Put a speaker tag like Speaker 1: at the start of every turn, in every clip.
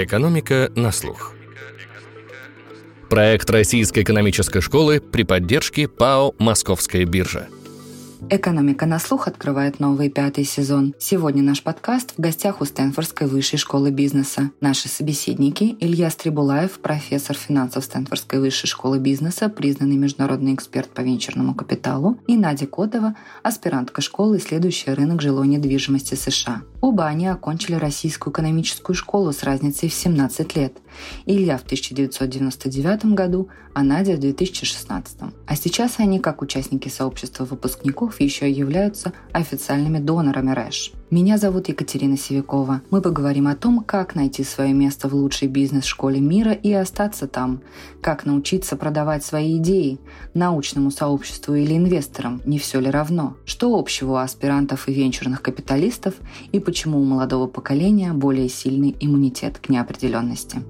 Speaker 1: Экономика на слух. Проект Российской экономической школы при поддержке ПАО «Московская биржа».
Speaker 2: «Экономика на слух» открывает новый 5-й сезон. Сегодня наш подкаст в гостях у Стэнфордской высшей школы бизнеса. Наши собеседники – Илья Стрибулаев, профессор финансов Стэнфордской высшей школы бизнеса, признанный международный эксперт по венчурному капиталу, и Надя Котова, аспирантка школы, исследующая рынок жилой недвижимости США. Оба они окончили Российскую экономическую школу с разницей в 17 лет. Илья в 1999 году, а Надя в 2016. А сейчас они, как участники сообщества выпускников, еще и являются официальными донорами РЭШ. Меня зовут Екатерина Севякова. Мы поговорим о том, как найти свое место в лучшей бизнес-школе мира и остаться там, как научиться продавать свои идеи научному сообществу или инвесторам, не все ли равно, что общего у аспирантов и венчурных капиталистов и почему у молодого поколения более сильный иммунитет к неопределенности.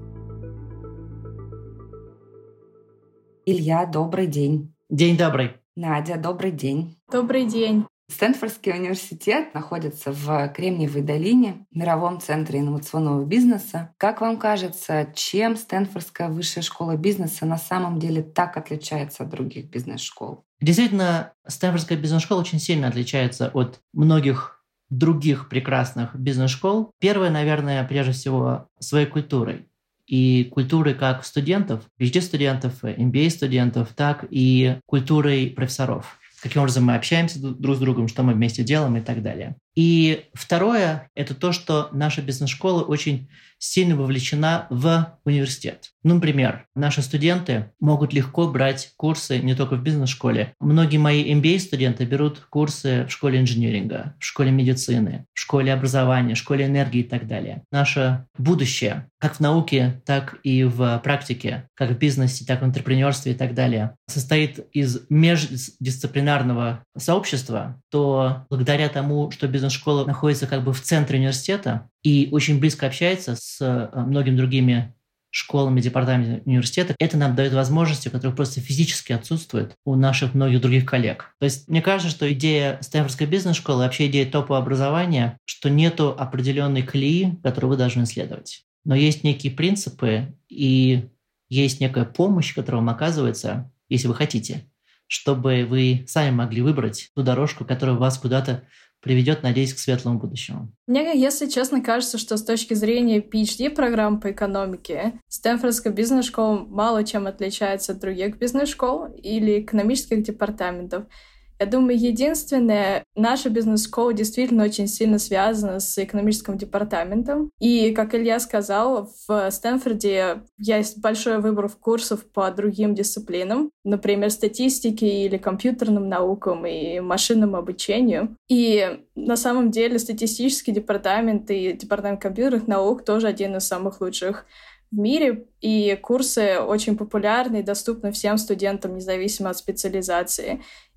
Speaker 2: Илья, добрый день.
Speaker 3: День добрый.
Speaker 2: Надя, добрый день.
Speaker 4: Добрый день.
Speaker 2: Стэнфордский университет находится в Кремниевой долине, мировом центре инновационного бизнеса. Как вам кажется, чем Стэнфордская высшая школа бизнеса на самом деле так отличается от других бизнес-школ?
Speaker 3: Действительно, Стэнфордская бизнес-школа очень сильно отличается от многих других прекрасных бизнес-школ. Первое, наверное, прежде всего, своей культурой. И культурой как студентов, PhD-студентов, MBA-студентов, так и культурой профессоров. Каким образом мы общаемся друг с другом, что мы вместе делаем и так далее. И второе – это то, что наша бизнес-школа очень сильно вовлечена в университет. Ну, например, наши студенты могут легко брать курсы не только в бизнес-школе. Многие мои MBA-студенты берут курсы в школе инжиниринга, в школе медицины, в школе образования, в школе энергии и так далее. Наше будущее, как в науке, так и в практике, как в бизнесе, так и в интерпренерстве и так далее, состоит из междисциплинарного сообщества, то благодаря тому, что бизнес-школа находится как бы в центре университета и очень близко общается с многими другими школами, департаментами университета, это нам дает возможности, которые просто физически отсутствуют у наших многих других коллег. То есть мне кажется, что идея Стэнфордской бизнес-школы, вообще идея топового образования, что нету определенной колеи, которую вы должны следовать. Но есть некие принципы и есть некая помощь, которая вам оказывается, если вы хотите, чтобы вы сами могли выбрать ту дорожку, которая вас куда-то приведет, надеюсь, к светлому будущему.
Speaker 4: Мне, если честно, кажется, что с точки зрения PhD-программ по экономике, Стэнфордская бизнес-школа мало чем отличается от других бизнес-школ или экономических департаментов. Я думаю, единственное, наша бизнес-школа действительно очень сильно связана с экономическим департаментом. И, как Илья сказал, в Стэнфорде есть большой выбор курсов по другим дисциплинам, например, статистике или компьютерным наукам и машинному обучению. И на самом деле статистический департамент и департамент компьютерных наук тоже один из самых лучших в мире, и курсы очень популярны и доступны всем студентам, независимо от специализации.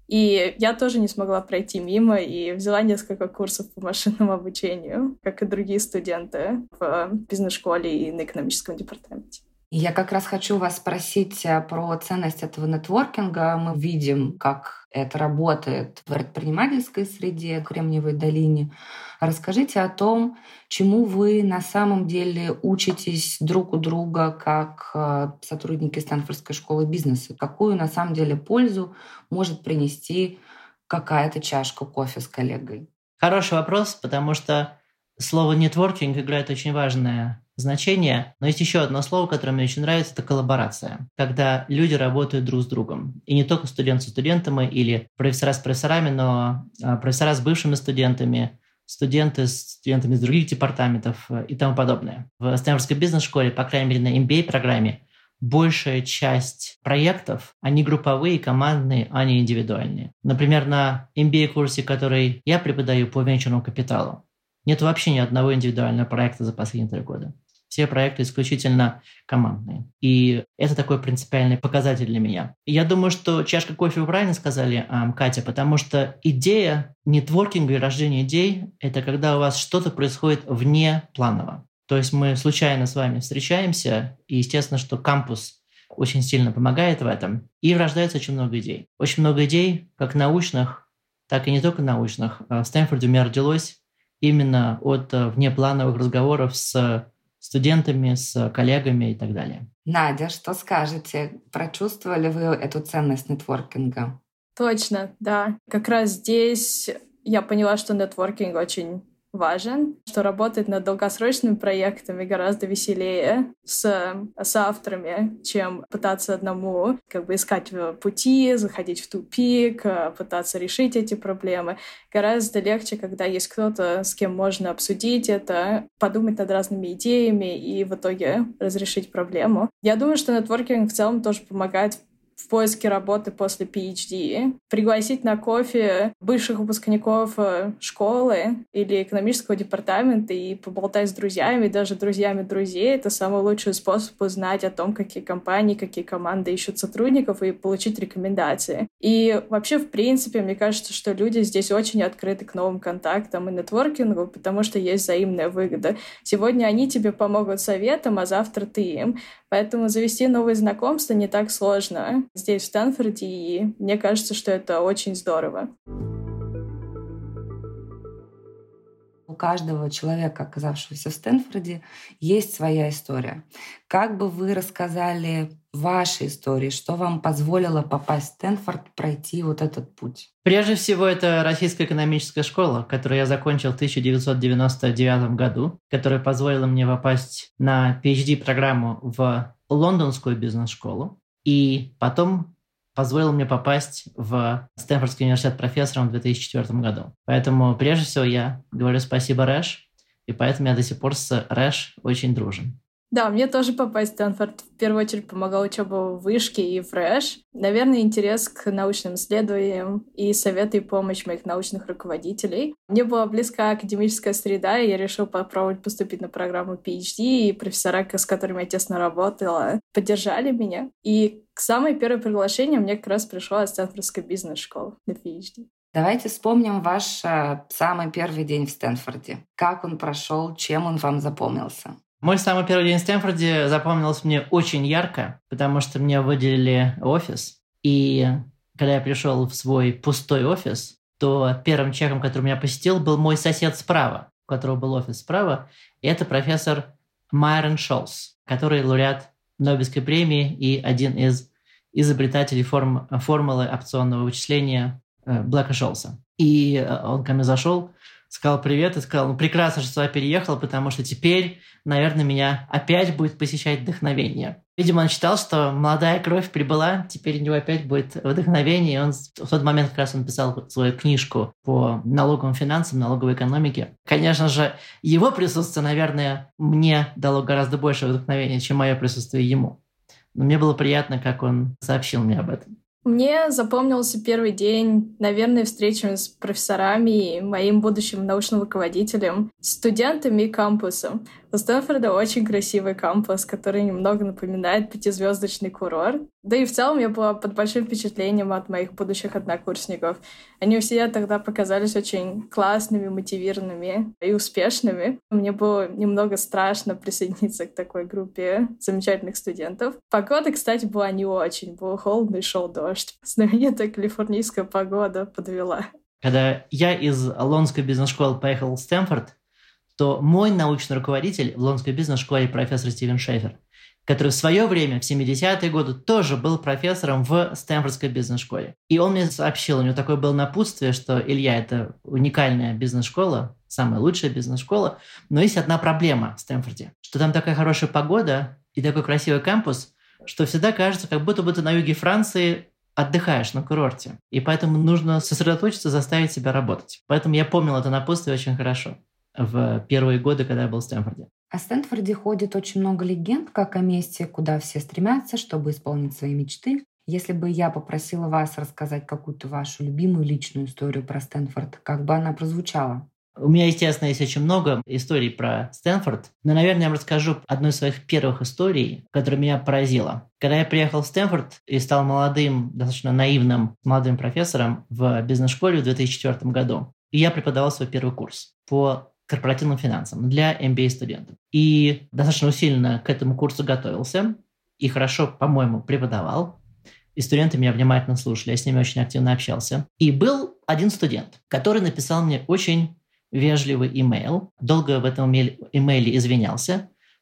Speaker 4: И я тоже не смогла пройти мимо и взяла несколько курсов по машинному обучению, как и другие студенты в бизнес-школе и на экономическом департаменте.
Speaker 2: Я как раз хочу вас спросить про ценность этого нетворкинга. Мы видим, как это работает в предпринимательской среде в Кремниевой долине. Расскажите о том, чему вы на самом деле учитесь друг у друга как сотрудники Стэнфордской школы бизнеса. Какую на самом деле пользу может принести какая-то чашка кофе с коллегой?
Speaker 3: Хороший вопрос, потому что слово «нетворкинг» играет очень важное значение. Но есть еще одно слово, которое мне очень нравится, это коллаборация. Когда люди работают друг с другом. И не только студент со студентами или профессора с профессорами, но профессора с бывшими студентами, студенты с студентами из других департаментов и тому подобное. В Стэнфордской бизнес-школе, по крайней мере на MBA-программе, большая часть проектов, они групповые, командные, а не индивидуальные. Например, на MBA-курсе, который я преподаю по венчурному капиталу, нет вообще ни одного индивидуального проекта за последние 3 года. Все проекты исключительно командные. И это такой принципиальный показатель для меня. И я думаю, что чашка кофе вы правильно сказали, Катя, потому что идея нетворкинга и рождения идей – это когда у вас что-то происходит вне планово. То есть мы случайно с вами встречаемся, и естественно, что кампус очень сильно помогает в этом, и рождается очень много идей. Очень много идей, как научных, так и не только научных. В Стэнфорде у меня родилось именно от внеплановых разговоров с студентами, с коллегами и так далее.
Speaker 2: Надя, что скажете? Прочувствовали вы эту ценность нетворкинга?
Speaker 4: Точно, да. Как раз здесь я поняла, что нетворкинг очень важен, что работать над долгосрочными проектами гораздо веселее с авторами, чем пытаться одному искать пути, заходить в тупик, пытаться решить эти проблемы. Гораздо легче, когда есть кто-то, с кем можно обсудить это, подумать над разными идеями и в итоге разрешить проблему. Я думаю, что нетворкинг в целом тоже помогает в поиске работы после PhD, пригласить на кофе бывших выпускников школы или экономического департамента и поболтать с друзьями, даже друзьями друзей. Это самый лучший способ узнать о том, какие компании, какие команды ищут сотрудников и получить рекомендации. И вообще, в принципе, мне кажется, что люди здесь очень открыты к новым контактам и нетворкингу, потому что есть взаимная выгода. Сегодня они тебе помогут советом, а завтра ты им. Поэтому завести новые знакомства не так сложно здесь, в Стэнфорде, и мне кажется, что это очень здорово.
Speaker 2: У каждого человека, оказавшегося в Стэнфорде, есть своя история. Как бы вы рассказали ваши истории, что вам позволило попасть в Стэнфорд, пройти вот этот путь?
Speaker 3: Прежде всего, это Российская экономическая школа, которую я закончил в 1999 году, которая позволила мне попасть на PhD-программу в Лондонскую бизнес-школу, и потом позволил мне попасть в Стэнфордский университет профессором в 2004 году. Поэтому, прежде всего, я говорю спасибо Рэш, и поэтому я до сих пор с Рэш очень дружен.
Speaker 4: Да, мне тоже попасть в Стэнфорд в первую очередь помогала учеба в вышке и в Рэш. Наверное, интерес к научным исследованиям и советы и помощь моих научных руководителей. Мне была близка академическая среда, и я решила попробовать поступить на программу PhD, и профессора, с которыми я тесно работала, поддержали меня. И самое первое приглашение мне как раз пришло от Стэнфордской бизнес-школы на PhD.
Speaker 2: Давайте вспомним ваш самый первый день в Стэнфорде. Как он прошел, чем он вам запомнился?
Speaker 3: Мой самый первый день в Стэнфорде запомнился мне очень ярко, потому что мне выделили офис. И когда я пришел в свой пустой офис, то первым человеком, который меня посетил, был мой сосед справа, у которого был офис справа. И это профессор Майрон Шолс, который лауреат Нобелевской премии и один из изобретателей формулы опционного вычисления Блэка-Шолса. И он ко мне зашел, сказал привет и сказал, прекрасно, что сюда переехал, потому что теперь, наверное, меня опять будет посещать вдохновение. Видимо, он считал, что молодая кровь прибыла, теперь у него опять будет вдохновение. И он в тот момент как раз он писал свою книжку по налоговым финансам, налоговой экономике. Конечно же, его присутствие, наверное, мне дало гораздо больше вдохновения, чем мое присутствие ему. Но мне было приятно, как он сообщил мне об этом.
Speaker 4: Мне запомнился первый день, наверное, встречами с профессорами и моим будущим научным руководителем, студентами и кампусом. У Стэнфорда очень красивый кампус, который немного напоминает пятизвездочный курорт. Да и в целом я была под большим впечатлением от моих будущих однокурсников. Они все тогда показались очень классными, мотивированными и успешными. Мне было немного страшно присоединиться к такой группе замечательных студентов. Погода, кстати, была не очень. Было холодно и шел дождь. Знаменитая калифорнийская погода подвела.
Speaker 3: Когда я из Лондонской бизнес-школы поехал в Стэнфорд, то мой научный руководитель в Лондонской бизнес-школе профессор Стивен Шефер, который в свое время, в 70-е годы, тоже был профессором в Стэнфордской бизнес-школе. И он мне сообщил, у него такое было напутствие, что Илья, это уникальная бизнес-школа, самая лучшая бизнес-школа, но есть одна проблема в Стэнфорде, что там такая хорошая погода и такой красивый кампус, что всегда кажется, как будто бы ты на юге Франции отдыхаешь на курорте. И поэтому нужно сосредоточиться, заставить себя работать. Поэтому я помнил это напутствие очень хорошо в первые годы, когда я был в Стэнфорде.
Speaker 2: О Стэнфорде ходит очень много легенд, как о месте, куда все стремятся, чтобы исполнить свои мечты. Если бы я попросила вас рассказать какую-то вашу любимую личную историю про Стэнфорд, как бы она прозвучала?
Speaker 3: У меня, естественно, есть очень много историй про Стэнфорд, но, наверное, я вам расскажу одну из своих первых историй, которая меня поразила. Когда я приехал в Стэнфорд и стал молодым, достаточно наивным молодым профессором в бизнес-школе в 2004 году, и я преподавал свой первый курс по корпоративным финансам для MBA-студентов. И достаточно усиленно к этому курсу готовился и хорошо, по-моему, преподавал. И студенты меня внимательно слушали, я с ними очень активно общался. И был один студент, который написал мне очень вежливый имейл, долго в этом имейле извинялся,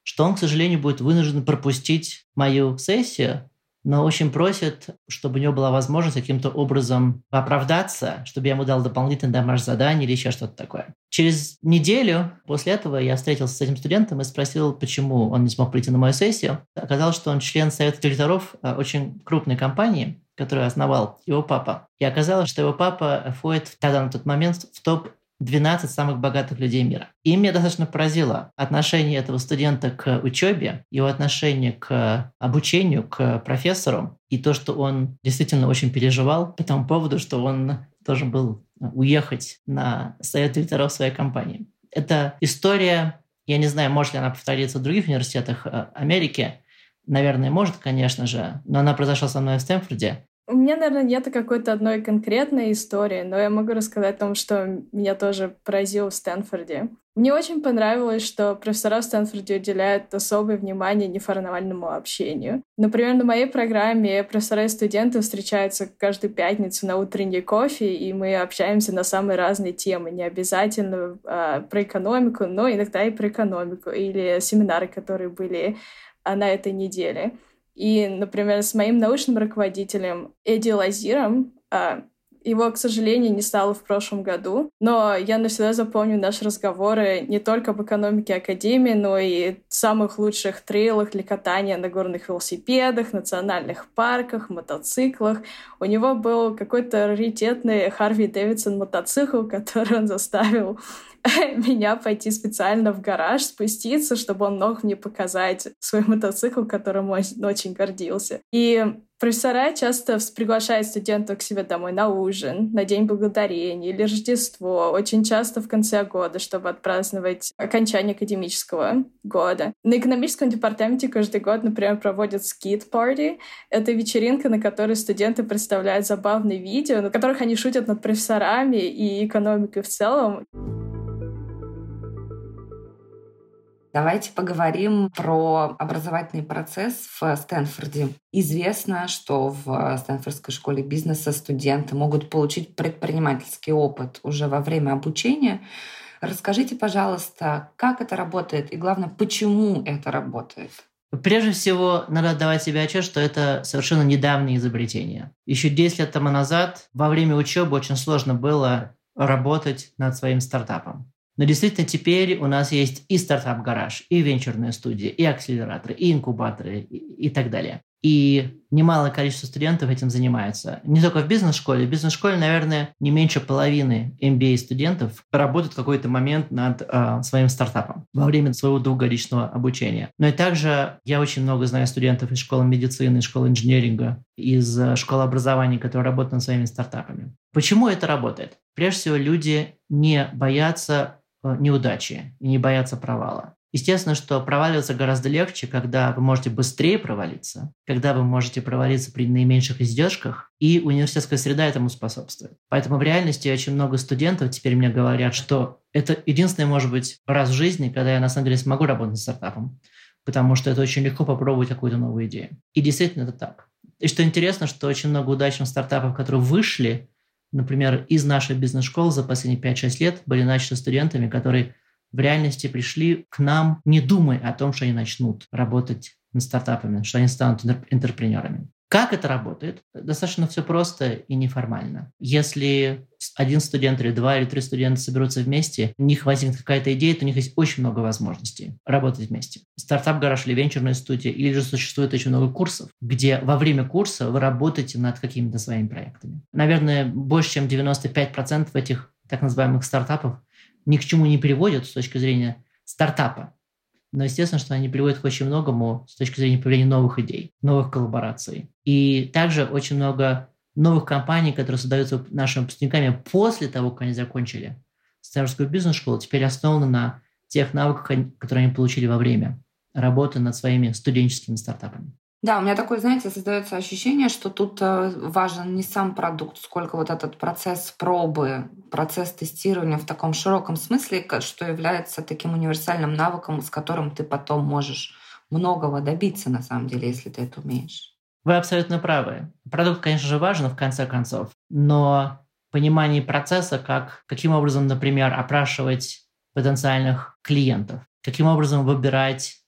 Speaker 3: что он, к сожалению, будет вынужден пропустить мою сессию, но очень просит, чтобы у него была возможность каким-то образом оправдаться, чтобы я ему дал дополнительное домашнее задание или еще что-то такое. Через неделю после этого я встретился с этим студентом и спросил, почему он не смог прийти на мою сессию. Оказалось, что он член совета директоров очень крупной компании, которую основал его папа. И оказалось, что его папа входит тогда на тот момент в топ-12 самых богатых людей мира. И меня достаточно поразило отношение этого студента к учебе, его отношение к обучению, к профессору, и то, что он действительно очень переживал по тому поводу, что он должен был уехать на совет директоров своей компании. Эта история, я не знаю, может ли она повториться в других университетах Америки, наверное, может, конечно же, но она произошла со мной в Стэнфорде.
Speaker 4: У меня, наверное, нет какой-то одной конкретной истории, но я могу рассказать о том, что меня тоже поразило в Стэнфорде. Мне очень понравилось, что профессора в Стэнфорде уделяют особое внимание неформальному общению. Например, на моей программе профессора и студенты встречаются каждую пятницу на утренней кофе, и мы общаемся на самые разные темы. Не обязательно про экономику, но иногда и про экономику, или семинары, которые были на этой неделе. И, например, с моим научным руководителем Эдди Лазиром, его, к сожалению, не стало в прошлом году, но я навсегда запомню наши разговоры не только об экономике академии, но и самых лучших трейлах для катания на горных велосипедах, национальных парках, мотоциклах. У него был какой-то раритетный Харви Дэвидсон мотоцикл, который он заставил меня пойти специально в гараж, спуститься, чтобы он мог мне показать свой мотоцикл, которым он очень гордился. И профессора часто приглашают студентов к себе домой на ужин, на День Благодарения или Рождество, очень часто в конце года, чтобы отпраздновать окончание академического года. На экономическом департаменте каждый год, например, проводят Skit Party. Это вечеринка, на которой студенты представляют забавные видео, на которых они шутят над профессорами и экономикой в целом.
Speaker 2: Давайте поговорим про образовательный процесс в Стэнфорде. Известно, что в Стэнфордской школе бизнеса студенты могут получить предпринимательский опыт уже во время обучения. Расскажите, пожалуйста, как это работает и, главное, почему это работает?
Speaker 3: Прежде всего, надо отдавать себе отчет, что это совершенно недавнее изобретение. Еще 10 лет тому назад во время учебы очень сложно было работать над своим стартапом. Но действительно теперь у нас есть и стартап-гараж, и венчурные студии, и акселераторы, и инкубаторы, и так далее. И немалое количество студентов этим занимается. Не только в бизнес-школе. В бизнес-школе, наверное, не меньше половины MBA-студентов работают в какой-то момент над своим стартапом во время своего двухгодичного обучения. Но и также я очень много знаю студентов из школы медицины, из школы инженеринга, из школы образования, которые работают над своими стартапами. Почему это работает? Прежде всего, люди не боятся неудачи и не боятся провала. Естественно, что проваливаться гораздо легче, когда вы можете быстрее провалиться, когда вы можете провалиться при наименьших издержках, и университетская среда этому способствует. Поэтому в реальности очень много студентов теперь мне говорят, что это единственный, может быть, раз в жизни, когда я на самом деле смогу работать над стартапом, потому что это очень легко попробовать какую-то новую идею. И действительно это так. И что интересно, что очень много удачных стартапов, которые вышли, например, из нашей бизнес-школы за последние 5-6 лет, были начаты студентами, которые в реальности пришли к нам, не думая о том, что они начнут работать над стартапами, что они станут интерпренерами. Как это работает? Достаточно все просто и неформально. Если один студент или 2 или 3 студента соберутся вместе, у них возникнет какая-то идея, то у них есть очень много возможностей работать вместе. Стартап-гараж или венчурная студия, или же существует очень много курсов, где во время курса вы работаете над какими-то своими проектами. Наверное, больше чем 95% этих так называемых стартапов ни к чему не приводят с точки зрения стартапа. Но естественно, что они приводят к очень многому с точки зрения появления новых идей, новых коллабораций. И также очень много новых компаний, которые создаются нашими выпускниками после того, как они закончили Стэнфордскую бизнес-школу, теперь основаны на тех навыках, которые они получили во время работы над своими студенческими стартапами.
Speaker 2: Да, у меня такое, знаете, создается ощущение, что тут важен не сам продукт, сколько вот этот процесс пробы, процесс тестирования в таком широком смысле, что является таким универсальным навыком, с которым ты потом можешь многого добиться, на самом деле, если ты это умеешь.
Speaker 3: Вы абсолютно правы. Продукт, конечно же, важен в конце концов, но понимание процесса, каким образом, например, опрашивать потенциальных клиентов, каким образом выбирать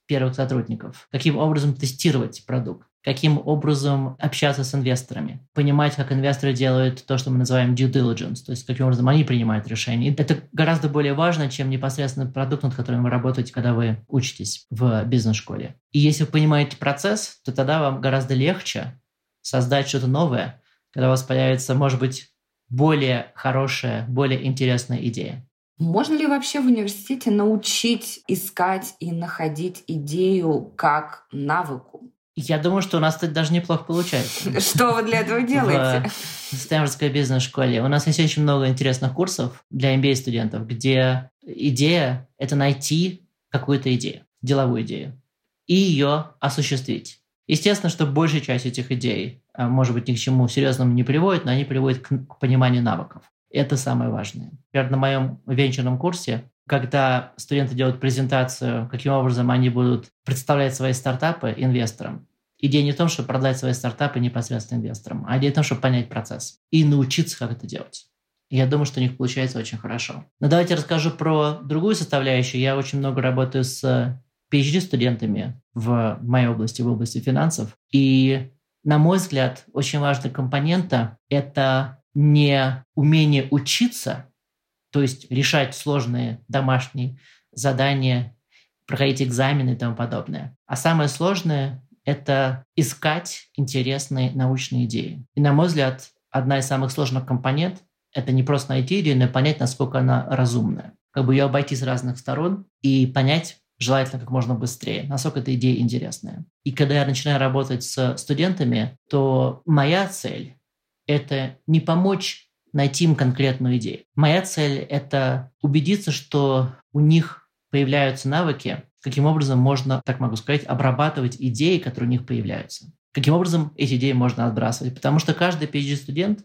Speaker 3: первых сотрудников, каким образом тестировать продукт, каким образом общаться с инвесторами, понимать, как инвесторы делают то, что мы называем due diligence, то есть каким образом они принимают решения. И это гораздо более важно, чем непосредственно продукт, над которым вы работаете, когда вы учитесь в бизнес-школе. И если вы понимаете процесс, то тогда вам гораздо легче создать что-то новое, когда у вас появится, может быть, более хорошая, более интересная идея.
Speaker 2: Можно ли вообще в университете научить искать и находить идею как навыку?
Speaker 3: Я думаю, что у нас это даже неплохо получается.
Speaker 2: Что вы для этого делаете?
Speaker 3: В Стэнфордской бизнес-школе у нас есть очень много интересных курсов для MBA-студентов, где идея — это найти какую-то идею, деловую идею, и ее осуществить. Естественно, что большая часть этих идей, может быть, ни к чему серьезному не приводит, но они приводят к пониманию навыков. Это самое важное. Например, на моем венчурном курсе, когда студенты делают презентацию, каким образом они будут представлять свои стартапы инвесторам, идея не в том, чтобы продать свои стартапы непосредственно инвесторам, а идея в том, чтобы понять процесс и научиться, как это делать. И я думаю, что у них получается очень хорошо. Но давайте расскажу про другую составляющую. Я очень много работаю с PhD-студентами в моей области, в области финансов. И, на мой взгляд, очень важный компонент – это не умение учиться, то есть решать сложные домашние задания, проходить экзамены и тому подобное. А самое сложное – это искать интересные научные идеи. И, на мой взгляд, одна из самых сложных компонентов – это не просто найти идею, но и понять, насколько она разумная. Как бы ее обойти с разных сторон и понять, желательно как можно быстрее, насколько эта идея интересная. И когда я начинаю работать с студентами, то моя цель – это не помочь найти им конкретную идею. Моя цель – это убедиться, что у них появляются навыки, каким образом можно, так могу сказать, обрабатывать идеи, которые у них появляются. Каким образом эти идеи можно отбрасывать. Потому что каждый PhD-студент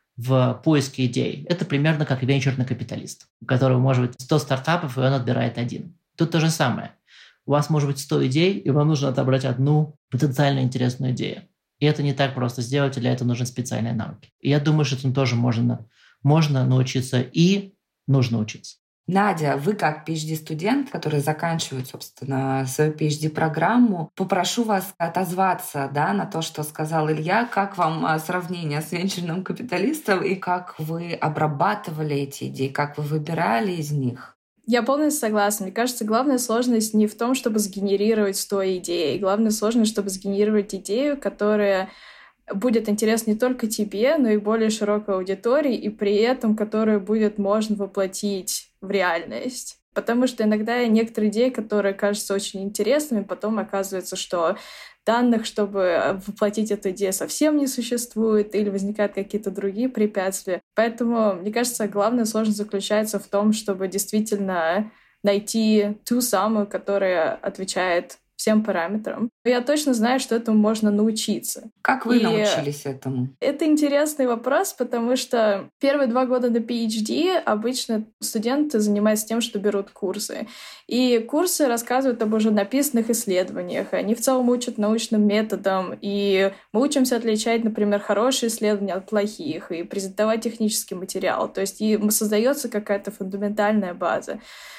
Speaker 3: в поиске идей – это примерно как венчурный капиталист, у которого может быть 100 стартапов, и он отбирает один. Тут то же самое. У вас может быть 100 идей, и вам нужно отобрать одну потенциально интересную идею. И это не так просто сделать, и для этого нужны специальные навыки. И я думаю, что этому тоже можно научиться и нужно учиться.
Speaker 2: Надя, вы как PhD-студент, который заканчивает, собственно, свою PhD-программу, попрошу вас отозваться, на то, что сказал Илья. Как вам сравнение с венчурным капиталистом и как вы обрабатывали эти идеи, как вы выбирали из них?
Speaker 4: Я полностью согласна. Мне кажется, главная сложность не в том, чтобы сгенерировать 100 идей. Главная сложность, чтобы сгенерировать идею, которая будет интересна не только тебе, но и более широкой аудитории, и при этом которую будет можно воплотить в реальность. Потому что иногда некоторые идеи, которые кажутся очень интересными, потом оказывается, что данных, чтобы воплотить эту идею, совсем не существует, или возникают какие-то другие препятствия. Поэтому, мне кажется, главная сложность заключается в том, чтобы действительно найти ту самую, которая отвечает всем параметрам. Я точно знаю, что этому можно научиться.
Speaker 2: Как вы научились этому?
Speaker 4: Это интересный вопрос, потому что первые 2 года до PhD обычно студенты занимаются тем, что берут курсы. И курсы рассказывают об уже написанных исследованиях. Они в целом учат научным методам. И мы учимся отличать, например, хорошие исследования от плохих и презентовать технический материал. То есть и создается какая-то фундаментальная база.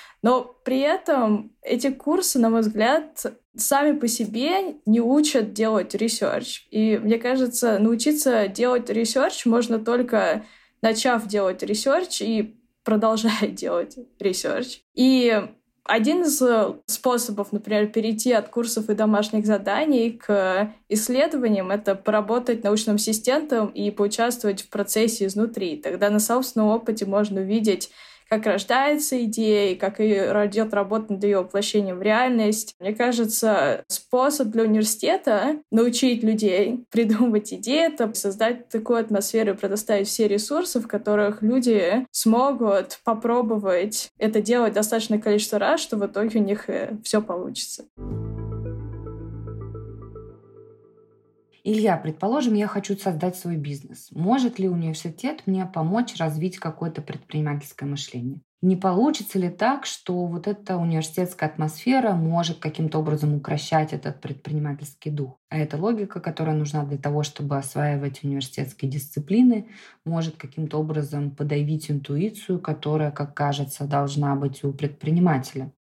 Speaker 4: Но при этом эти курсы, на мой взгляд, сами по себе не учат делать ресерч. И мне кажется, научиться делать ресерч можно только начав делать ресерч и продолжая делать ресерч. И один из способов, например, перейти от курсов и домашних заданий к исследованиям — это поработать научным ассистентом и поучаствовать в процессе изнутри. Тогда на собственном опыте можно увидеть, как рождается идея, как идет работа над ее воплощением в реальность. Мне кажется, способ для университета научить людей придумывать идеи — это создать такую атмосферу и предоставить все ресурсы, в которых люди смогут попробовать это делать достаточное количество раз, что в итоге у них все получится.
Speaker 2: Илья, предположим, я хочу создать свой бизнес. Может ли университет мне помочь развить какое-то предпринимательское мышление? Не получится ли так, что вот эта университетская атмосфера может каким-то образом укрощать этот предпринимательский дух? А эта логика, которая нужна для того, чтобы осваивать университетские дисциплины, может каким-то образом подавить интуицию, которая, как кажется, должна быть у предпринимателя.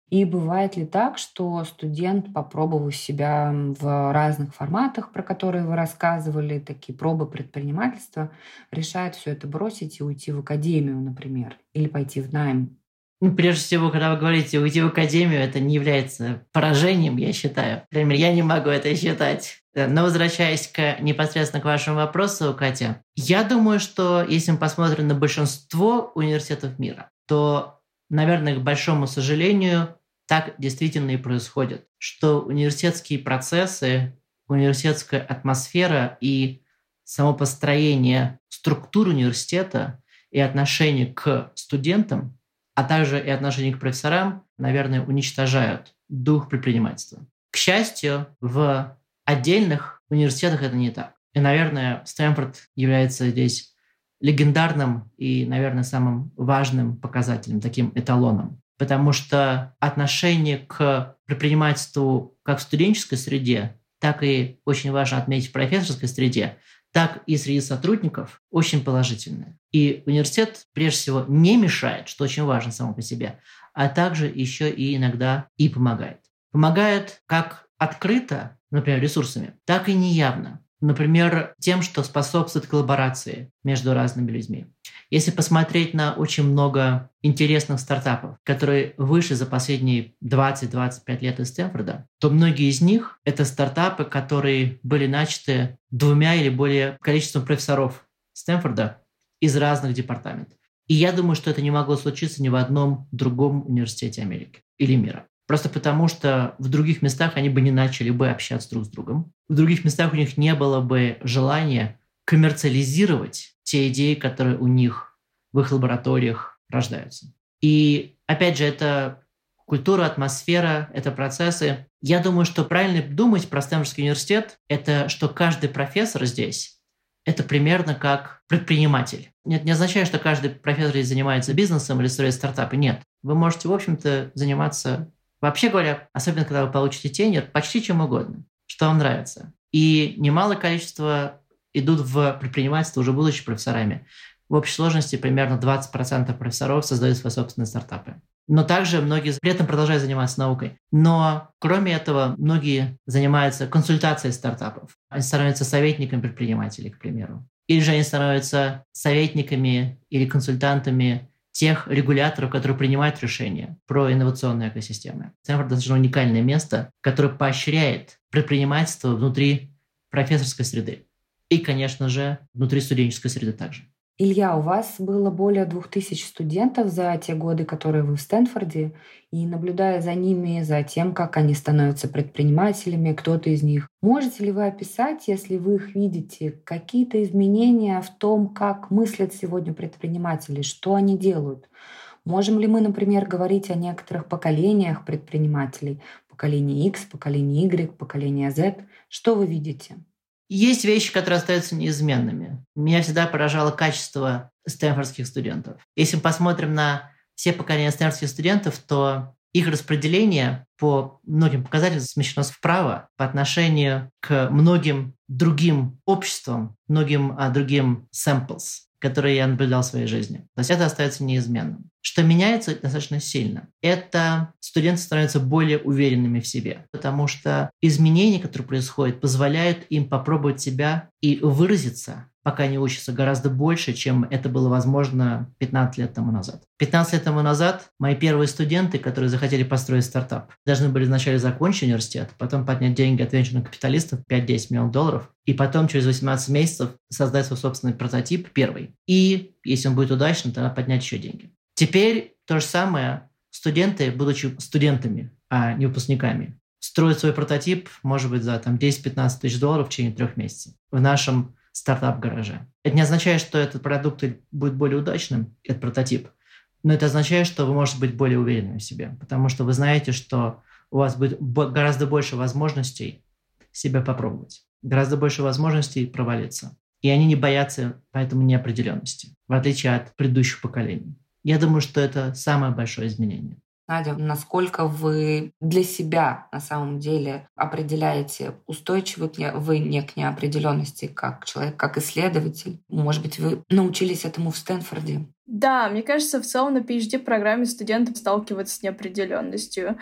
Speaker 2: И бывает ли так, что студент, попробовав себя в разных форматах, про которые вы рассказывали, такие пробы предпринимательства, решает все это бросить и уйти в академию, например, или пойти в найм?
Speaker 3: Прежде всего, когда вы говорите уйти в академию, это не является поражением, я считаю. По крайней мере, я не могу это считать. Но возвращаясь непосредственно к вашему вопросу, Катя, я думаю, что если мы посмотрим на большинство университетов мира, то, наверное, к большому сожалению, так действительно и происходит, что университетские процессы, университетская атмосфера и само построение структуры университета и отношение к студентам, а также и отношение к профессорам, наверное, уничтожают дух предпринимательства. К счастью, в отдельных университетах это не так. И, наверное, Стэнфорд является здесь легендарным и, наверное, самым важным показателем, таким эталоном. Потому что отношение к предпринимательству как в студенческой среде, так и, очень важно отметить, в профессорской среде, так и среди сотрудников очень положительное. И университет, прежде всего, не мешает, что очень важно само по себе, а также еще и иногда и помогает. Помогает как открыто, например, ресурсами, так и неявно. Например, тем, что способствует коллаборации между разными людьми. Если посмотреть на очень много интересных стартапов, которые вышли за последние 20-25 лет из Стэнфорда, то многие из них — это стартапы, которые были начаты 2 или более количеством профессоров Стэнфорда из разных департаментов. И я думаю, что это не могло случиться ни в одном другом университете Америки или мира. Просто потому, что в других местах они бы не начали бы общаться друг с другом. В других местах у них не было бы желания коммерциализировать те идеи, которые у них в их лабораториях рождаются. И, опять же, это культура, атмосфера, это процессы. Я думаю, что правильно думать про Стэнфордский университет – это что каждый профессор здесь – это примерно как предприниматель. Это не означает, что каждый профессор здесь занимается бизнесом или строит стартапы. Нет. Вы можете, в общем-то, заниматься, вообще говоря, особенно когда вы получите тенер, почти чем угодно, что вам нравится. И немалое количество идут в предпринимательство, уже будучи профессорами. В общей сложности примерно 20% профессоров создают свои собственные стартапы. Но также многие при этом продолжают заниматься наукой. Но кроме этого, многие занимаются консультацией стартапов. Они становятся советниками предпринимателей, к примеру. Или же они становятся советниками или консультантами тех регуляторов, которые принимают решения про инновационные экосистемы. Стэнфорд достаточно уникальное место, которое поощряет предпринимательство внутри профессорской среды. И, конечно же, внутри студенческой среды также.
Speaker 2: Илья, у вас было более 2000 студентов за те годы, которые вы в Стэнфорде, и наблюдая за ними, за тем, как они становятся предпринимателями, кто-то из них, можете ли вы описать, если вы их видите, какие-то изменения в том, как мыслят сегодня предприниматели, что они делают? Можем ли мы, например, говорить о некоторых поколениях предпринимателей, поколение X, поколение Y, поколение Z? Что вы видите?
Speaker 3: Есть вещи, которые остаются неизменными. Меня всегда поражало качество стэнфордских студентов. Если мы посмотрим на все поколения стэнфордских студентов, то их распределение по многим показателям смещено вправо по отношению к многим другим обществам, многим другим samples, которые я наблюдал в своей жизни. То есть это остается неизменным. Что меняется достаточно сильно, это студенты становятся более уверенными в себе, потому что изменения, которые происходят, позволяют им попробовать себя и выразиться, пока они учатся, гораздо больше, чем это было возможно 15 лет тому назад. 15 лет тому назад мои первые студенты, которые захотели построить стартап, должны были вначале закончить университет, потом поднять деньги от венчурных капиталистов, 5-10 миллионов долларов, и потом через 18 месяцев создать свой собственный прототип первый. И, если он будет удачным, тогда поднять еще деньги. Теперь то же самое студенты, будучи студентами, а не выпускниками, строят свой прототип, может быть, за $10-15 тысяч в течение 3 месяцев в нашем стартап-гараже. Это не означает, что этот продукт будет более удачным, этот прототип, но это означает, что вы можете быть более уверенным в себе, потому что вы знаете, что у вас будет гораздо больше возможностей себя попробовать, гораздо больше возможностей провалиться. И они не боятся поэтому неопределенности, в отличие от предыдущих поколений. Я думаю, что это самое большое изменение.
Speaker 2: Надя, насколько вы для себя на самом деле определяете, устойчивы вы не к неопределенности как человек, как исследователь? Может быть, вы научились этому в Стэнфорде?
Speaker 4: Да, мне кажется, в целом на PhD-программе студенты сталкиваются с неопределенностью.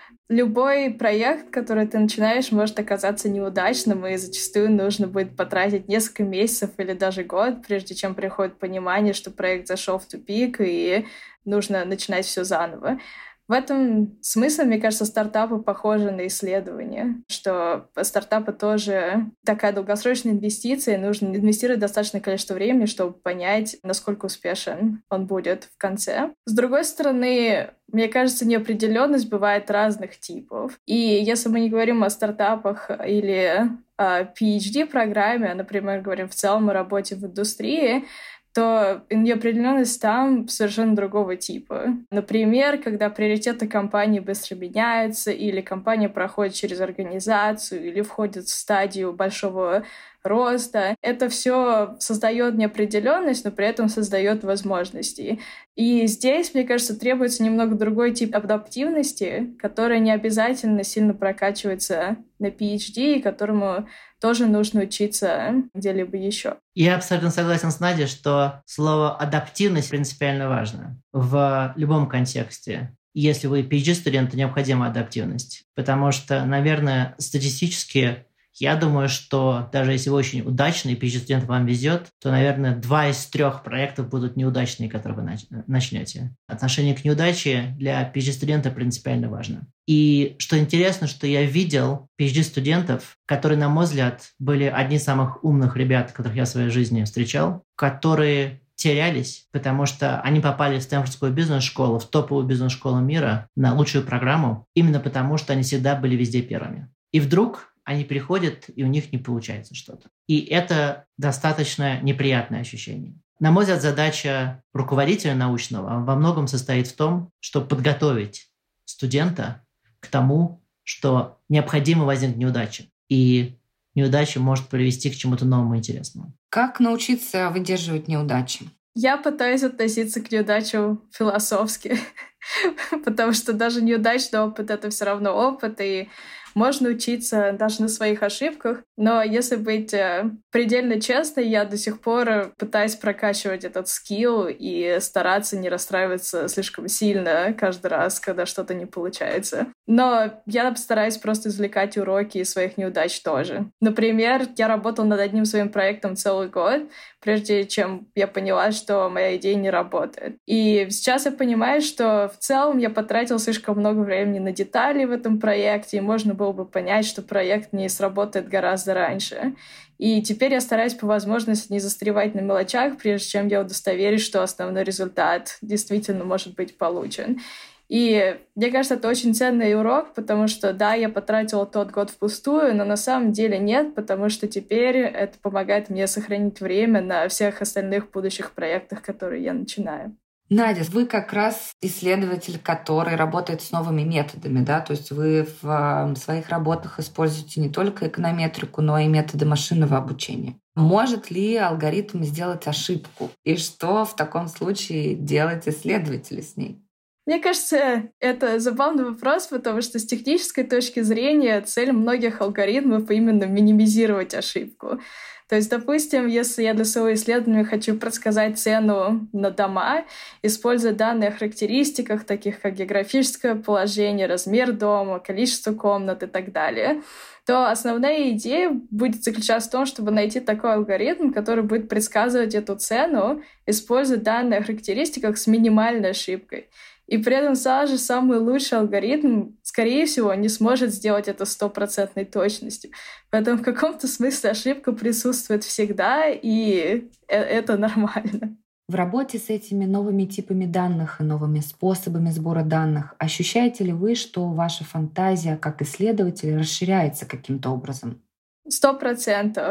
Speaker 4: Любой проект, который ты начинаешь, может оказаться неудачным, и зачастую нужно будет потратить несколько месяцев или даже год, прежде чем приходит понимание, что проект зашел в тупик, и нужно начинать все заново. В этом смысле, мне кажется, стартапы похожи на исследования, что стартапы тоже такая долгосрочная инвестиция, нужно инвестировать достаточное количество времени, чтобы понять, насколько успешен он будет в конце. С другой стороны, мне кажется, неопределенность бывает разных типов. И если мы не говорим о стартапах или о PhD-программе, а, например, говорим в целом о работе в индустрии, то неопределенность там совершенно другого типа. Например, когда приоритеты компании быстро меняются, или компания проходит через организацию, или входит в стадию большого роста. Это все создает неопределенность, но при этом создает возможности. И здесь, мне кажется, требуется немного другой тип адаптивности, которая не обязательно сильно прокачивается на PhD, и которому тоже нужно учиться где-либо еще.
Speaker 3: Я абсолютно согласен с Надей, что слово «адаптивность» принципиально важно в любом контексте. Если вы PhD-студент, то необходима адаптивность. Потому что, наверное, статистически я думаю, что даже если вы очень удачный, PhD-студент вам везет, то, наверное, 2 из 3 проектов будут неудачные, которые вы начнете. Отношение к неудаче для PhD-студента принципиально важно. И что интересно, что я видел PhD-студентов, которые, на мой взгляд, были одни из самых умных ребят, которых я в своей жизни встречал, которые терялись, потому что они попали в Стэнфордскую бизнес-школу, в топовую бизнес-школу мира, на лучшую программу, именно потому что они всегда были везде первыми. И вдруг они приходят, и у них не получается что-то. И это достаточно неприятное ощущение. На мой взгляд, задача руководителя научного во многом состоит в том, чтобы подготовить студента к тому, что необходимо возникнет неудача. И неудача может привести к чему-то новому и интересному.
Speaker 2: Как научиться выдерживать неудачи?
Speaker 4: Я пытаюсь относиться к неудачам философски, потому что даже неудачный опыт — это все равно опыт, и можно учиться даже на своих ошибках. Но если быть предельно честной, я до сих пор пытаюсь прокачивать этот скилл и стараться не расстраиваться слишком сильно каждый раз, когда что-то не получается. Но я стараюсь просто извлекать уроки из своих неудач тоже. Например, я работала над одним своим проектом целый год, прежде чем я поняла, что моя идея не работает. И сейчас я понимаю, что в целом я потратила слишком много времени на детали в этом проекте, и можно было бы понять, что проект не сработает гораздо раньше. И теперь я стараюсь по возможности не застревать на мелочах, прежде чем я удостоверюсь, что основной результат действительно может быть получен. И мне кажется, это очень ценный урок, потому что, да, я потратила тот год впустую, но на самом деле нет, потому что теперь это помогает мне сохранить время на всех остальных будущих проектах, которые я начинаю.
Speaker 2: Надя, вы как раз исследователь, который работает с новыми методами, да? То есть вы в своих работах используете не только эконометрику, но и методы машинного обучения. Может ли алгоритм сделать ошибку? И что в таком случае делать исследователи с ней?
Speaker 4: Мне кажется, это забавный вопрос, потому что с технической точки зрения цель многих алгоритмов именно минимизировать ошибку. То есть, допустим, если я для своего исследования хочу предсказать цену на дома, используя данные о характеристиках, таких как географическое положение, размер дома, количество комнат и так далее, то основная идея будет заключаться в том, чтобы найти такой алгоритм, который будет предсказывать эту цену, используя данные о характеристиках с минимальной ошибкой. И при этом даже самый лучший алгоритм, скорее всего, не сможет сделать это 100% точностью. Поэтому в каком-то смысле ошибка присутствует всегда, и это нормально.
Speaker 2: В работе с этими новыми типами данных и новыми способами сбора данных ощущаете ли вы, что ваша фантазия как исследователя расширяется каким-то образом?
Speaker 4: 100%.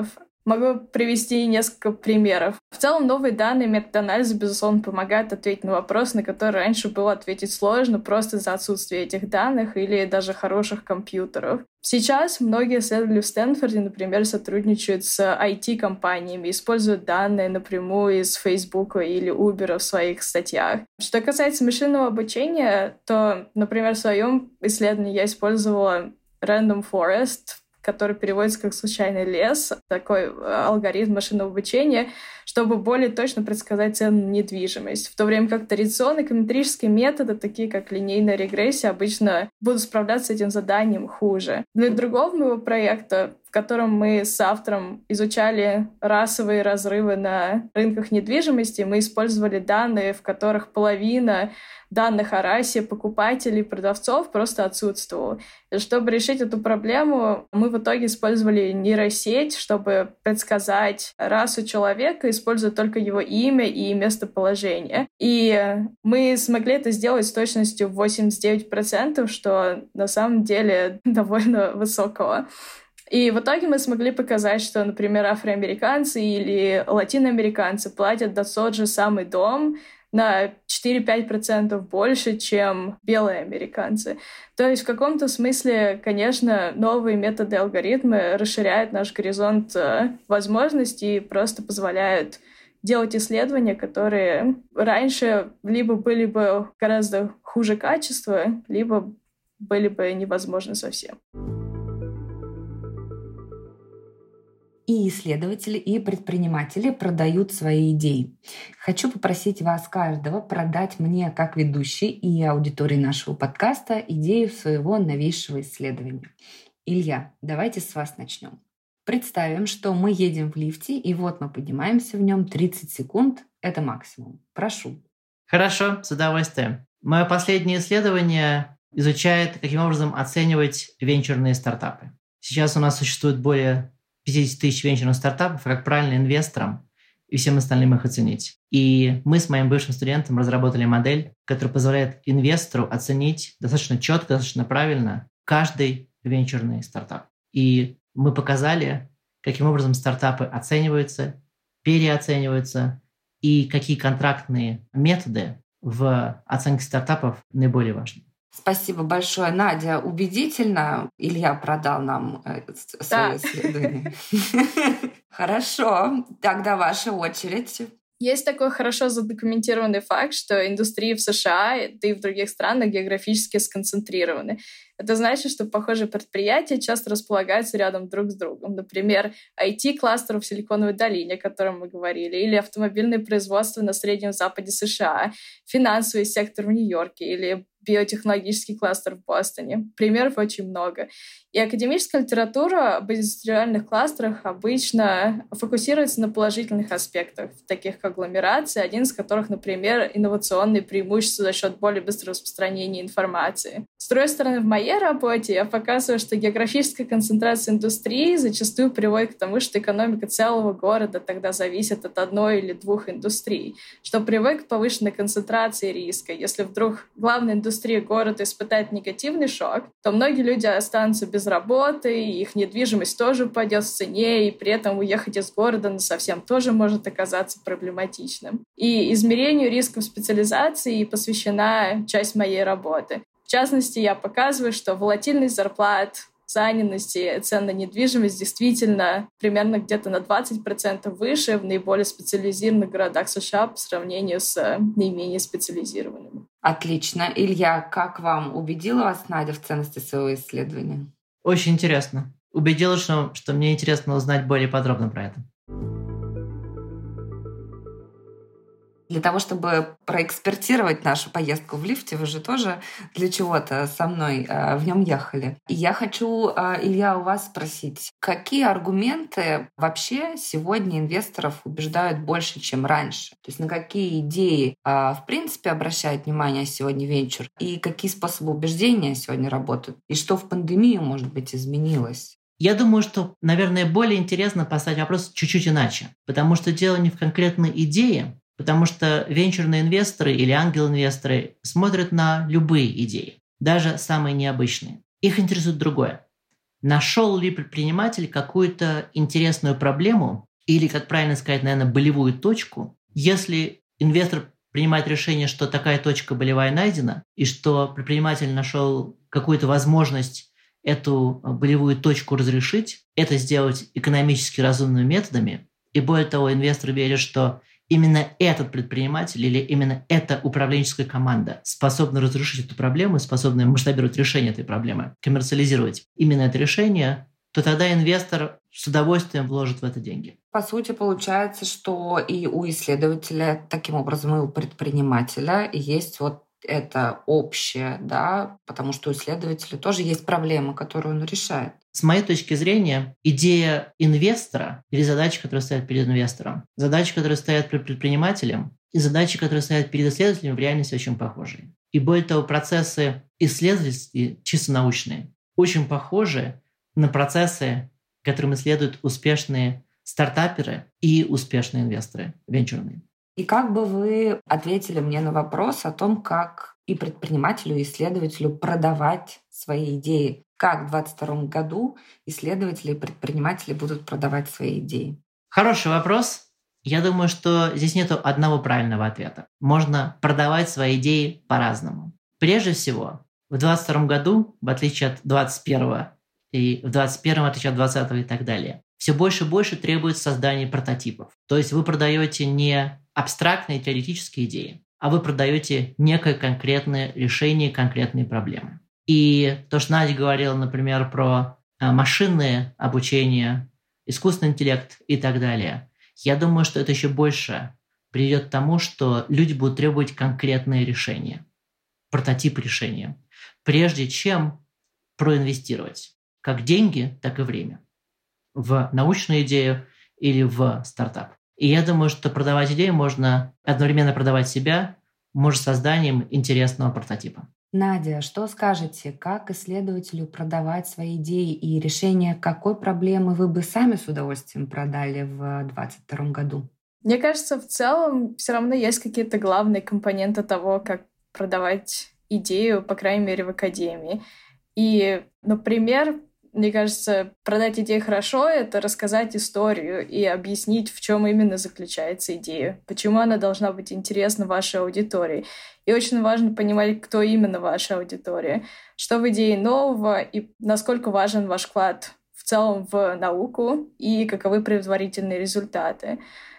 Speaker 4: Могу привести несколько примеров. В целом, новые данные методы-анализа, безусловно, помогают ответить на вопросы, на которые раньше было ответить сложно просто из-за отсутствия этих данных или даже хороших компьютеров. Сейчас многие исследователи в Стэнфорде, например, сотрудничают с IT-компаниями, используют данные напрямую из Facebook или Uber в своих статьях. Что касается машинного обучения, то, например, в своем исследовании я использовала Random Forest, который переводится как «случайный лес», такой алгоритм машинного обучения, чтобы более точно предсказать цену на недвижимость. В то время как традиционные комметрические методы, такие как линейная регрессия, обычно будут справляться с этим заданием хуже. Для другого моего проекта, в котором мы с автором изучали расовые разрывы на рынках недвижимости, мы использовали данные, в которых половина данных о расе покупателей и продавцов просто отсутствовала. И чтобы решить эту проблему, мы в итоге использовали нейросеть, чтобы предсказать расу человека, используя только его имя и местоположение. И мы смогли это сделать с точностью 89%, что на самом деле довольно высокого. И в итоге мы смогли показать, что, например, афроамериканцы или латиноамериканцы платят за тот же самый дом на 4-5% больше, чем белые американцы. То есть в каком-то смысле, конечно, новые методы и алгоритмы расширяют наш горизонт возможностей и просто позволяют делать исследования, которые раньше либо были бы гораздо хуже качества, либо были бы невозможны совсем.
Speaker 2: И исследователи, и предприниматели продают свои идеи. Хочу попросить вас каждого продать мне, как ведущей и аудитории нашего подкаста, идею своего новейшего исследования. Илья, давайте с вас начнем. Представим, что мы едем в лифте, и вот мы поднимаемся в нем 30 секунд. Это максимум. Прошу.
Speaker 3: Хорошо, с удовольствием. Мое последнее исследование изучает, каким образом оценивать венчурные стартапы. Сейчас у нас существует более 50 тысяч венчурных стартапов, как правильно инвесторам и всем остальным их оценить. И мы с моим бывшим студентом разработали модель, которая позволяет инвестору оценить достаточно четко, достаточно правильно каждый венчурный стартап. И мы показали, каким образом стартапы оцениваются, переоцениваются и какие контрактные методы в оценке стартапов наиболее важны.
Speaker 2: Спасибо большое, Надя. Убедительно Илья продал нам свое исследование. Хорошо, тогда ваша очередь.
Speaker 4: Есть такой хорошо задокументированный факт, что индустрии в США, да и в других странах географически сконцентрированы. Это значит, что похожие предприятия часто располагаются рядом друг с другом. Например, IT-кластер в Силиконовой долине, о котором мы говорили, или автомобильное производство на Среднем Западе США, финансовый сектор в Нью-Йорке или биотехнологический кластер в Бостоне. Примеров очень много. И академическая литература об индустриальных кластерах обычно фокусируется на положительных аспектах, таких как агломерация, один из которых, например, инновационные преимущества за счет более быстрого распространения информации. С другой стороны, в моей работе я показываю, что географическая концентрация индустрии зачастую приводит к тому, что экономика целого города тогда зависит от одной или двух индустрий, что приводит к повышенной концентрации риска. Если вдруг главная индустрия города испытает негативный шок, то многие люди останутся без работы, и их недвижимость тоже упадет в цене, и при этом уехать из города насовсем тоже может оказаться проблематичным. И измерению рисков специализации посвящена часть моей работы. В частности, я показываю, что волатильность зарплат, занятости, цен на недвижимость действительно примерно где-то на 20% выше в наиболее специализированных городах США по сравнению с наименее специализированными.
Speaker 2: Отлично. Илья, как вам? Убедила вас Надя в ценности своего исследования?
Speaker 3: Очень интересно. Убедила, что мне интересно узнать более подробно про это.
Speaker 2: Для того, чтобы проэкспертировать нашу поездку в лифте, вы же тоже для чего-то со мной в нем ехали. И я хочу, Илья, у вас спросить, какие аргументы вообще сегодня инвесторов убеждают больше, чем раньше? То есть на какие идеи, в принципе, обращает внимание сегодня венчур? И какие способы убеждения сегодня работают? И что в пандемию, может быть, изменилось?
Speaker 3: Я думаю, что, наверное, более интересно поставить вопрос чуть-чуть иначе. Потому что дело не в конкретной идее, потому что венчурные инвесторы или ангел-инвесторы смотрят на любые идеи, даже самые необычные. Их интересует другое. нашел ли предприниматель какую-то интересную проблему или, как правильно сказать, наверное, болевую точку. Если инвестор принимает решение, что такая точка болевая найдена, и что предприниматель нашел какую-то возможность эту болевую точку разрешить, это сделать экономически разумными методами, и более того, инвестор верит, что именно этот предприниматель или именно эта управленческая команда способна разрешить эту проблему, способна масштабировать решение этой проблемы, коммерциализировать именно это решение, то тогда инвестор с удовольствием вложит в это деньги.
Speaker 2: По сути, получается, что и у исследователя, таким образом, и у предпринимателя есть вот это общее, да, потому что у исследователя тоже есть проблема, которую он решает.
Speaker 3: С моей точки зрения, идея инвестора или задачи, которые стоят перед инвестором, задачи, которые стоят перед предпринимателем, и задачи, которые стоят перед исследователем, в реальности очень похожи. И более того, процессы исследовательские, чисто научные, очень похожи на процессы, которым исследуют успешные стартаперы и успешные инвесторы венчурные.
Speaker 2: И как бы вы ответили мне на вопрос о том, как и предпринимателю, и исследователю продавать свои идеи? Как в 2022 году исследователи и предприниматели будут продавать свои идеи?
Speaker 3: Хороший вопрос. Я думаю, что здесь нет одного правильного ответа. Можно продавать свои идеи по-разному. Прежде всего, в 2022 году, в отличие от 2021, и в 2021, в отличие от 2020 и так далее, все больше и больше требуется создание прототипов. То есть вы продаете не абстрактные теоретические идеи, а вы продаете некое конкретное решение конкретной проблемы. И то, что Надя говорила, например, про машинное обучение, искусственный интеллект и так далее, я думаю, что это еще больше приведет к тому, что люди будут требовать конкретные решения, прототип решения, прежде чем проинвестировать как деньги, так и время в научную идею или в стартап. И я думаю, что продавать идеи можно одновременно продавать себя, может, созданием интересного прототипа.
Speaker 2: Надя, что скажете, как исследователю продавать свои идеи и решение какой проблемы вы бы сами с удовольствием продали в 2022 году?
Speaker 4: Мне кажется, в целом все равно есть какие-то главные компоненты того, как продавать идею, по крайней мере, в академии. И, например, мне кажется, продать идею хорошо — это рассказать историю и объяснить, в чем именно заключается идея, почему она должна быть интересна вашей аудитории. И очень важно понимать, кто именно ваша аудитория, что в идее нового и насколько важен ваш вклад в целом в науку и каковы предварительные результаты.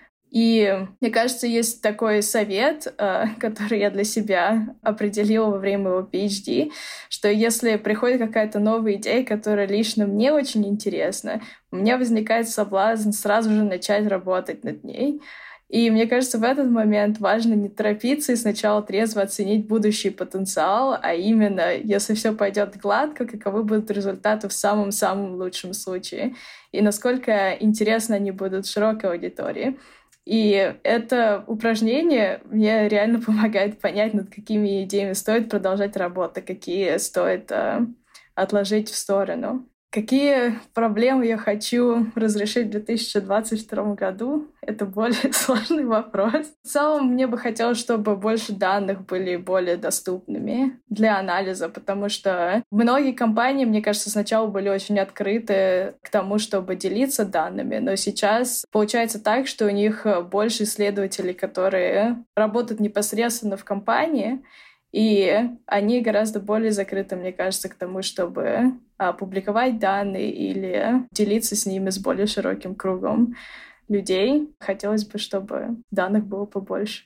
Speaker 4: И мне кажется, есть такой совет, который я для себя определила во время моего PhD, что если приходит какая-то новая идея, которая лично мне очень интересна, у меня возникает соблазн сразу же начать работать над ней. И мне кажется, в этот момент важно не торопиться и сначала трезво оценить будущий потенциал, а именно, если все пойдет гладко, каковы будут результаты в самом-самом лучшем случае, и насколько интересно они будут широкой аудитории. И это упражнение мне реально помогает понять, над какими идеями стоит продолжать работать, какие стоит отложить в сторону. Какие проблемы я хочу разрешить в 2022 году? Это более сложный вопрос. В целом, мне бы хотелось, чтобы больше данных были более доступными для анализа, потому что многие компании, мне кажется, сначала были очень открыты к тому, чтобы делиться данными, но сейчас получается так, что у них больше исследователей, которые работают непосредственно в компании, и они гораздо более закрыты, мне кажется, к тому, чтобы публиковать данные или делиться с ними с более широким кругом людей. Хотелось бы, чтобы данных было побольше.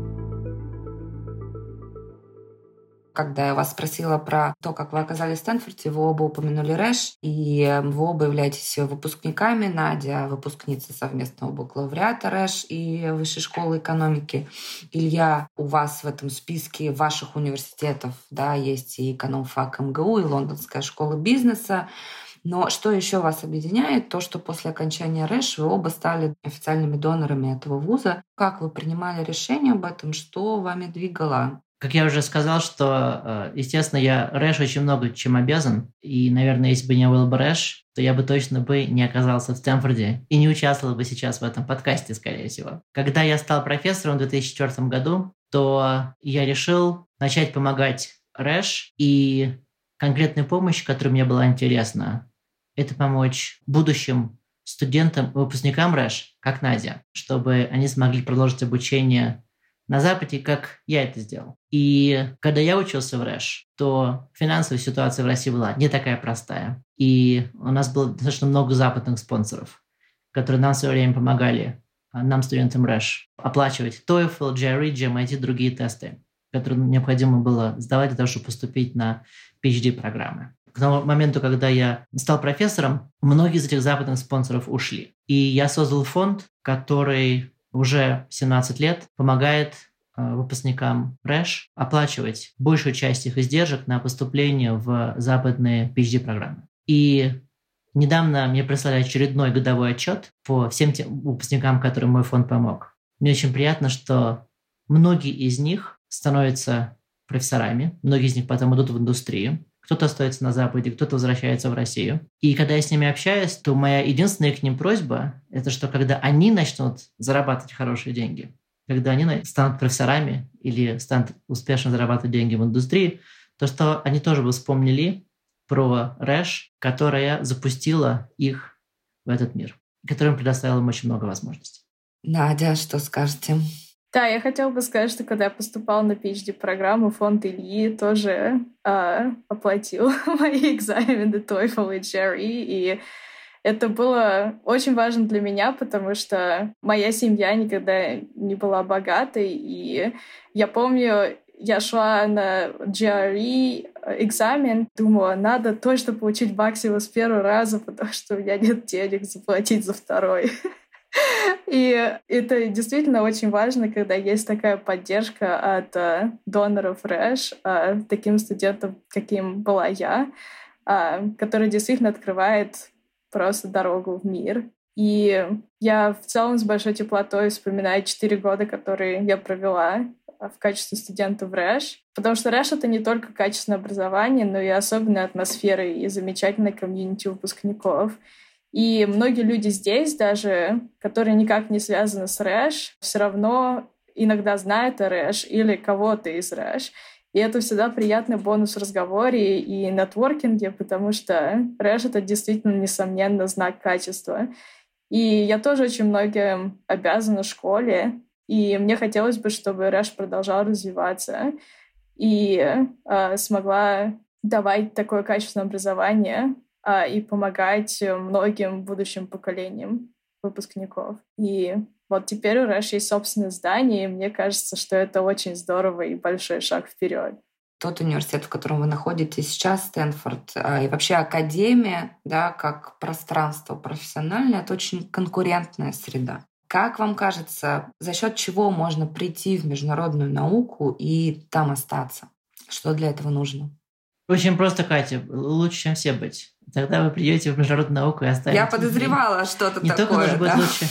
Speaker 2: Когда я вас спросила про то, как вы оказались в Стэнфорде, вы оба упомянули РЭШ, и вы оба являетесь выпускниками. Надя — выпускница совместного бакалавриата РЭШ и Высшей школы экономики. Илья, у вас в этом списке ваших университетов, да, есть и экономфак МГУ, и Лондонская школа бизнеса. Но что еще вас объединяет? То, что после окончания РЭШ вы оба стали официальными донорами этого вуза. Как вы принимали решение об этом? Что вами двигало?
Speaker 3: Как я уже сказал, что, естественно, я РЭШ очень много чем обязан. И, наверное, если бы не был бы РЭШ, то я бы точно не оказался в Стэнфорде и не участвовал бы сейчас в этом подкасте, скорее всего. Когда я стал профессором в 2004 году, то я решил начать помогать РЭШ, и конкретная помощь, которая мне была интересна, это помочь будущим студентам и выпускникам РЭШ, как Надя, чтобы они смогли продолжить обучение на Западе, как я это сделал. И когда я учился в РЭШ, то финансовая ситуация в России была не такая простая. И у нас было достаточно много западных спонсоров, которые нам в свое время помогали, нам, студентам РЭШ, оплачивать TOEFL, GRE, GMAT, другие тесты, которые необходимо было сдавать для того, чтобы поступить на PhD-программы. К тому моменту, когда я стал профессором, многие из этих западных спонсоров ушли. И я создал фонд, который уже 17 лет помогает выпускникам РЭШ оплачивать большую часть их издержек на поступление в западные PhD-программы. И недавно мне прислали очередной годовой отчет по всем тем выпускникам, которым мой фонд помог. Мне очень приятно, что многие из них становятся профессорами, многие из них потом идут в индустрию, кто-то остается на Западе, кто-то возвращается в Россию. И когда я с ними общаюсь, то моя единственная к ним просьба – это что когда они начнут зарабатывать хорошие деньги, когда они станут профессорами или станут успешно зарабатывать деньги в индустрии, то что они тоже бы вспомнили про РЭШ, которая запустила их в этот мир, которая им предоставила им очень много возможностей.
Speaker 2: Надя, что скажете?
Speaker 4: Да, я хотела бы сказать, что когда я поступала на PhD-программу, фонд Ильи тоже оплатил мои экзамены TOEFL и GRE, и это было очень важно для меня, потому что моя семья никогда не была богатой, и я помню, я шла на GRE экзамен, думала, надо точно получить максимум с первого раза, потому что у меня нет денег заплатить за второй. И это действительно очень важно, когда есть такая поддержка от доноров РЭШ, таким студентам, каким была я, который действительно открывает просто дорогу в мир. И я в целом с большой теплотой вспоминаю 4 года, которые я провела в качестве студента в РЭШ. Потому что РЭШ — это не только качественное образование, но и особенная атмосфера и замечательная комьюнити выпускников. И многие люди здесь даже, которые никак не связаны с РЭШ, все равно иногда знают о РЭШ или кого-то из РЭШ. И это всегда приятный бонус в разговоре и нетворкинге, потому что РЭШ — это действительно, несомненно, знак качества. И я тоже очень многим обязана школе, и мне хотелось бы, чтобы РЭШ продолжал развиваться и смогла давать такое качественное образование и помогать многим будущим поколениям выпускников. И вот теперь у РЭШ есть собственное здание, и мне кажется, что это очень здорово и большой шаг вперед.
Speaker 2: Тот университет, в котором вы находитесь сейчас, Стэнфорд, и вообще академия, да, как пространство профессиональное, это очень конкурентная среда. Как вам кажется, за счет чего можно прийти в международную науку и там остаться? Что для этого нужно?
Speaker 3: Очень просто, Катя. Лучше, чем все быть. Тогда вы придете в международную науку и останетесь.
Speaker 2: Я подозревала что-то
Speaker 3: не
Speaker 2: такое.
Speaker 3: Только нужно быть лучше.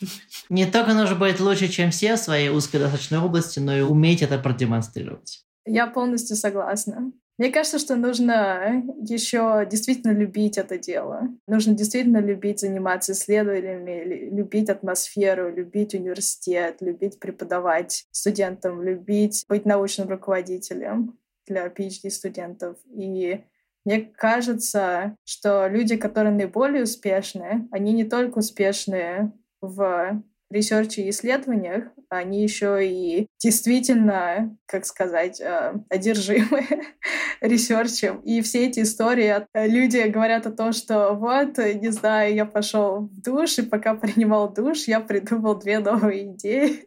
Speaker 3: Не только нужно быть лучше, чем все в своей узкой достаточной области, но и уметь это продемонстрировать.
Speaker 4: Я полностью согласна. Мне кажется, что нужно еще действительно любить это дело. Нужно действительно любить заниматься исследованиями, любить атмосферу, любить университет, любить преподавать студентам, любить быть научным руководителем для PhD-студентов. И мне кажется, что люди, которые наиболее успешны, они не только успешны в ресерче и исследованиях, они еще и действительно, как сказать, одержимы ресерчем. И все эти истории, люди говорят о том, что вот, не знаю, я пошел в душ, и пока принимал душ, я придумал 2 новые идеи.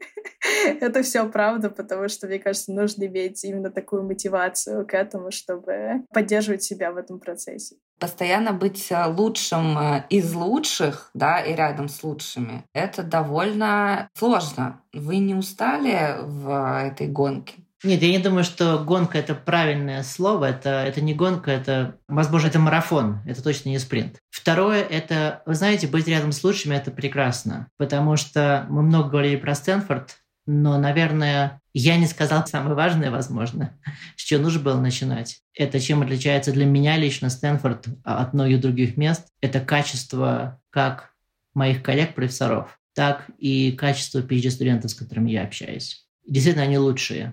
Speaker 4: Это все правда, потому что, мне кажется, нужно иметь именно такую мотивацию к этому, чтобы поддерживать себя в этом процессе.
Speaker 2: Постоянно быть лучшим из лучших, да, и рядом с лучшими, это довольно сложно. Вы не устали в этой гонке?
Speaker 3: Нет, я не думаю, что гонка — это правильное слово. Это не гонка, это, возможно, это марафон. Это точно не спринт. Второе — это, вы знаете, быть рядом с лучшими — это прекрасно. Потому что мы много говорили про Стэнфорд, но, наверное, я не сказал самое важное, возможно, с чего нужно было начинать. Это чем отличается для меня лично Стэнфорд от многих других мест. Это качество как моих коллег-профессоров, так и качество PhD-студентов, с которыми я общаюсь. Действительно, они лучшие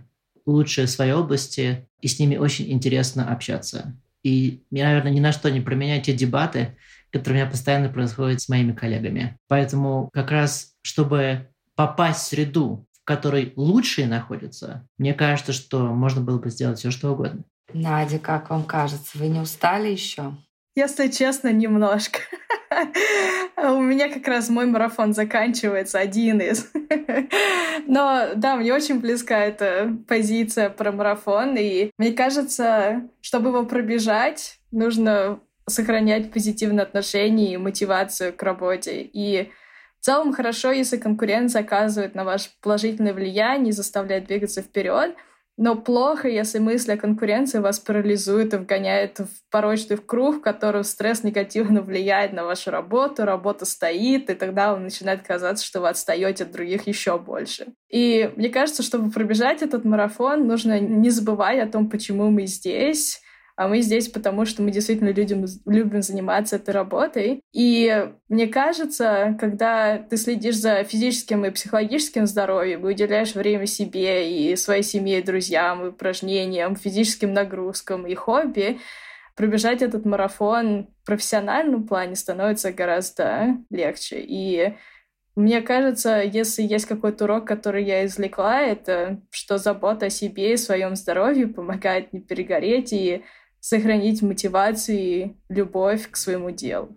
Speaker 3: в своей области, и с ними очень интересно общаться. И я, наверное, ни на что не променяю те дебаты, который у меня постоянно происходит с моими коллегами. Поэтому как раз, чтобы попасть в среду, в которой лучшие находятся, мне кажется, что можно было бы сделать все, что угодно.
Speaker 2: Надя, как вам кажется, вы не устали еще?
Speaker 4: Если честно, немножко. У меня как раз мой марафон заканчивается, один из. Но да, мне очень близка эта позиция про марафон. И мне кажется, чтобы его пробежать, нужно сохранять позитивные отношения и мотивацию к работе. И в целом хорошо, если конкуренция оказывает на ваше положительное влияние и заставляет двигаться вперед. Но плохо, если мысль о конкуренции вас парализует и вгоняет в порочный круг, в котором стресс негативно влияет на вашу работу, работа стоит, и тогда вам начинает казаться, что вы отстаете от других еще больше. И мне кажется, чтобы пробежать этот марафон, нужно не забывать о том, почему мы здесь. А мы здесь потому, что мы действительно любим заниматься этой работой. И мне кажется, когда ты следишь за физическим и психологическим здоровьем, и уделяешь время себе и своей семье, и друзьям, и упражнениям, физическим нагрузкам и хобби, пробежать этот марафон в профессиональном плане становится гораздо легче. И мне кажется, если есть какой-то урок, который я извлекла, это что забота о себе и своем здоровье помогает не перегореть и сохранить мотивацию и любовь к своему делу.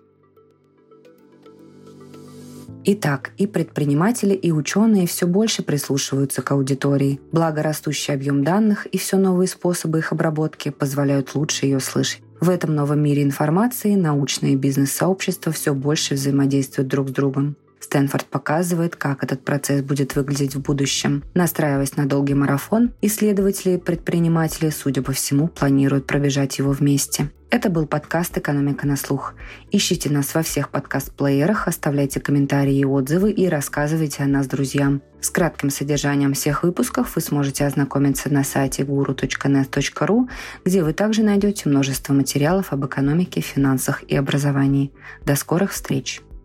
Speaker 2: Итак, и предприниматели, и ученые все больше прислушиваются к аудитории. Благо растущий объем данных и все новые способы их обработки позволяют лучше ее слышать. В этом новом мире информации научное и бизнес-сообщество все больше взаимодействуют друг с другом. Стэнфорд показывает, как этот процесс будет выглядеть в будущем. Настраиваясь на долгий марафон, исследователи и предприниматели, судя по всему, планируют пробежать его вместе. Это был подкаст «Экономика на слух». Ищите нас во всех подкаст-плеерах, оставляйте комментарии и отзывы и рассказывайте о нас друзьям. С кратким содержанием всех выпусков вы сможете ознакомиться на сайте guru.net.ru, где вы также найдете множество материалов об экономике, финансах и образовании. До скорых встреч!